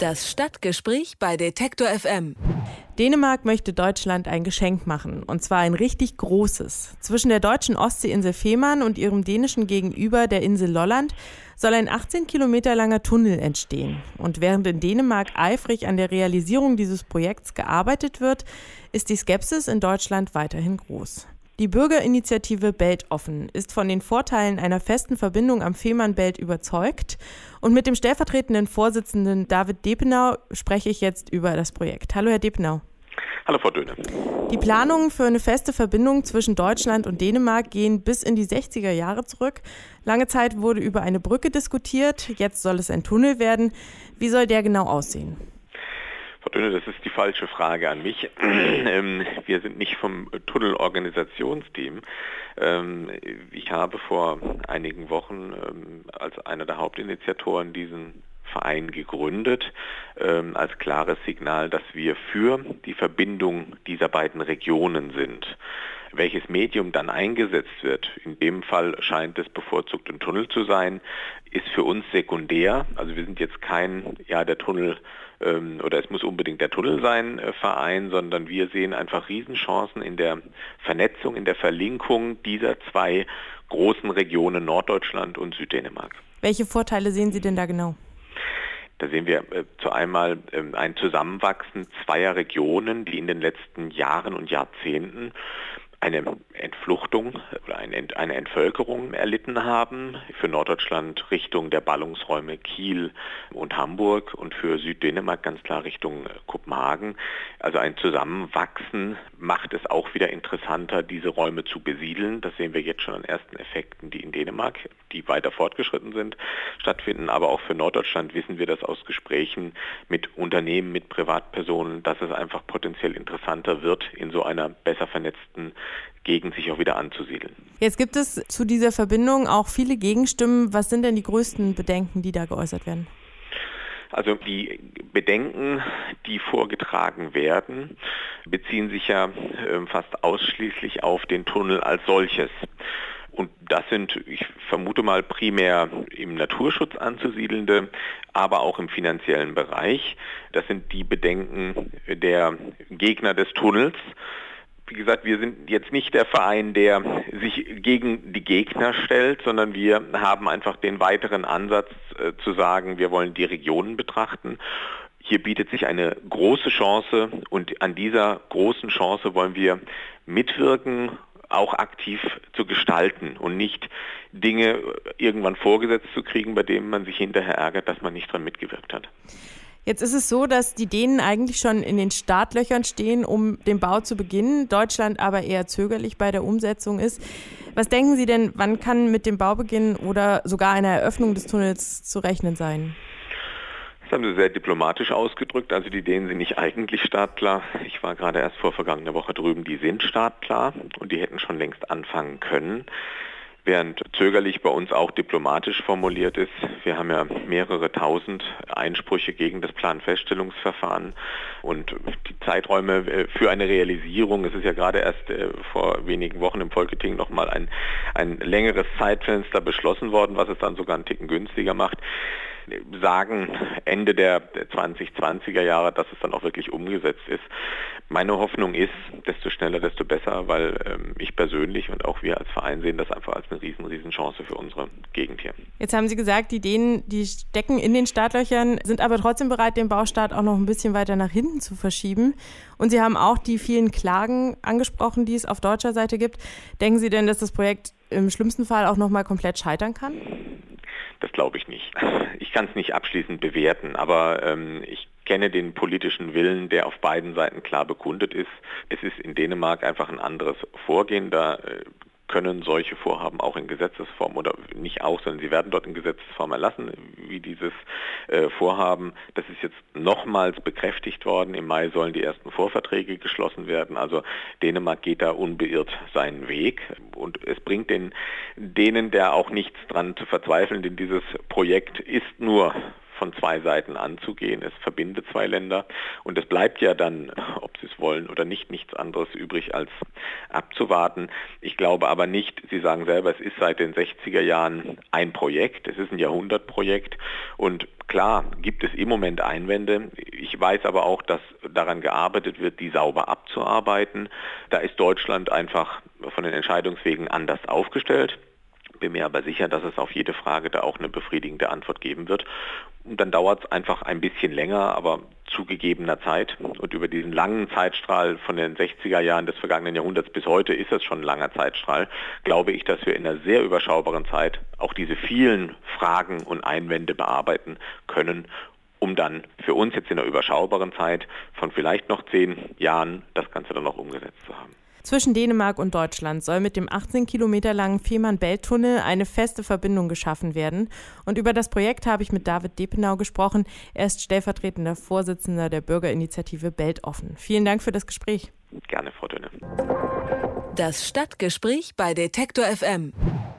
Das Stadtgespräch bei Detektor FM. Dänemark möchte Deutschland ein Geschenk machen, und zwar ein richtig großes. Zwischen der deutschen Ostseeinsel Fehmarn und ihrem dänischen Gegenüber, der Insel Lolland, soll ein 18 Kilometer langer Tunnel entstehen. Und während in Dänemark eifrig an der Realisierung dieses Projekts gearbeitet wird, ist die Skepsis in Deutschland weiterhin groß. Die Bürgerinitiative Beltoffen ist von den Vorteilen einer festen Verbindung am Fehmarnbelt überzeugt. Und mit dem stellvertretenden Vorsitzenden David Depenau spreche ich jetzt über das Projekt. Hallo, Herr Depenau. Hallo, Frau Döhne. Die Planungen für eine feste Verbindung zwischen Deutschland und Dänemark gehen bis in die 60er Jahre zurück. Lange Zeit wurde über eine Brücke diskutiert, jetzt soll es ein Tunnel werden. Wie soll der genau aussehen? Frau Döhne, das ist die falsche Frage an mich. Wir sind nicht vom Tunnelorganisationsteam. Ich habe vor einigen Wochen als einer der Hauptinitiatoren diesen Verein gegründet, als klares Signal, dass wir für die Verbindung dieser beiden Regionen sind. Welches Medium dann eingesetzt wird, in dem Fall scheint es bevorzugt ein Tunnel zu sein, ist für uns sekundär. Also wir sind jetzt kein, der Tunnel oder es muss unbedingt der Tunnel sein, Verein, sondern wir sehen einfach Riesenchancen in der Vernetzung, in der Verlinkung dieser zwei großen Regionen Norddeutschland und Süddänemark. Welche Vorteile sehen Sie denn da genau? Da sehen wir zu einmal ein Zusammenwachsen zweier Regionen, die in den letzten Jahren und Jahrzehnten eine Entfluchtung oder eine Entvölkerung erlitten haben. Für Norddeutschland Richtung der Ballungsräume Kiel und Hamburg und für Süddänemark ganz klar Richtung Kopenhagen. Also ein Zusammenwachsen macht es auch wieder interessanter, diese Räume zu besiedeln. Das sehen wir jetzt schon an ersten Effekten, die in Dänemark, die weiter fortgeschritten sind, stattfinden. Aber auch für Norddeutschland wissen wir das aus Gesprächen mit Unternehmen, mit Privatpersonen, dass es einfach potenziell interessanter wird, in so einer besser vernetzten Gegend sich auch wieder anzusiedeln. Jetzt gibt es zu dieser Verbindung auch viele Gegenstimmen. Was sind denn die größten Bedenken, die da geäußert werden? Also die Bedenken, die vorgetragen werden, beziehen sich ja fast ausschließlich auf den Tunnel als solches. Und das sind, ich vermute mal, primär im Naturschutz anzusiedelnde, aber auch im finanziellen Bereich. Das sind die Bedenken der Gegner des Tunnels. Wie gesagt, wir sind jetzt nicht der Verein, der sich gegen die Gegner stellt, sondern wir haben einfach den weiteren Ansatz zu sagen, wir wollen die Regionen betrachten. Hier bietet sich eine große Chance und an dieser großen Chance wollen wir mitwirken, auch aktiv zu gestalten und nicht Dinge irgendwann vorgesetzt zu kriegen, bei denen man sich hinterher ärgert, dass man nicht dran mitgewirkt hat. Jetzt ist es so, dass die Dänen eigentlich schon in den Startlöchern stehen, um den Bau zu beginnen, Deutschland aber eher zögerlich bei der Umsetzung ist. Was denken Sie denn, wann kann mit dem Baubeginn oder sogar einer Eröffnung des Tunnels zu rechnen sein? Das haben Sie sehr diplomatisch ausgedrückt. Also die Dänen sind nicht eigentlich startklar. Ich war gerade erst vor vergangener Woche drüben, die sind startklar und die hätten schon längst anfangen können. Während zögerlich bei uns auch diplomatisch formuliert ist. Wir haben ja mehrere tausend Einsprüche gegen das Planfeststellungsverfahren und die Zeiträume für eine Realisierung, es ist ja gerade erst vor wenigen Wochen im Folketing nochmal ein längeres Zeitfenster beschlossen worden, was es dann sogar einen Ticken günstiger macht, sagen Ende der 2020er Jahre, dass es dann auch wirklich umgesetzt ist. Meine Hoffnung ist, desto schneller, desto besser, weil ich persönlich und auch wir als Verein sehen das einfach als eine riesen Chance für unsere Gegend hier. Jetzt haben Sie gesagt, die Dänen, die stecken in den Startlöchern, sind aber trotzdem bereit, den Baustart auch noch ein bisschen weiter nach hinten zu verschieben. Und Sie haben auch die vielen Klagen angesprochen, die es auf deutscher Seite gibt. Denken Sie denn, dass das Projekt im schlimmsten Fall auch noch mal komplett scheitern kann? Das glaube ich nicht. Ich kann es nicht abschließend bewerten, aber ich kenne den politischen Willen, der auf beiden Seiten klar bekundet ist. Es ist in Dänemark einfach ein anderes Vorgehen. Da können solche Vorhaben auch in Gesetzesform oder nicht auch, sondern sie werden dort in Gesetzesform erlassen, wie dieses Vorhaben. Das ist jetzt nochmals bekräftigt worden. Im Mai sollen die ersten Vorverträge geschlossen werden. Also Dänemark geht da unbeirrt seinen Weg. Und es bringt denen der auch nichts dran zu verzweifeln, denn dieses Projekt ist nur von zwei Seiten anzugehen. Es verbindet zwei Länder und es bleibt ja dann, ob Sie Ähnliches wollen oder nichts anderes übrig als abzuwarten. Ich glaube aber nicht, Sie sagen selber, es ist seit den 60er Jahren ein Projekt, es ist ein Jahrhundertprojekt und klar gibt es im Moment Einwände. Ich weiß aber auch, dass daran gearbeitet wird, die sauber abzuarbeiten. Da ist Deutschland einfach von den Entscheidungswegen anders aufgestellt. Bin mir aber sicher, dass es auf jede Frage da auch eine befriedigende Antwort geben wird. Und dann dauert es einfach ein bisschen länger, aber zu gegebener Zeit. Und über diesen langen Zeitstrahl von den 60er Jahren des vergangenen Jahrhunderts bis heute ist es schon ein langer Zeitstrahl, glaube ich, dass wir in einer sehr überschaubaren Zeit auch diese vielen Fragen und Einwände bearbeiten können, um dann für uns jetzt in einer überschaubaren Zeit von vielleicht noch 10 Jahren das Ganze dann noch umgesetzt zu haben. Zwischen Dänemark und Deutschland soll mit dem 18 Kilometer langen Fehmarn-Belt-Tunnel eine feste Verbindung geschaffen werden. Und über das Projekt habe ich mit David Depenau gesprochen. Er ist stellvertretender Vorsitzender der Bürgerinitiative Beltoffen. Vielen Dank für das Gespräch. Gerne, Frau Dönne. Das Stadtgespräch bei Detektor FM.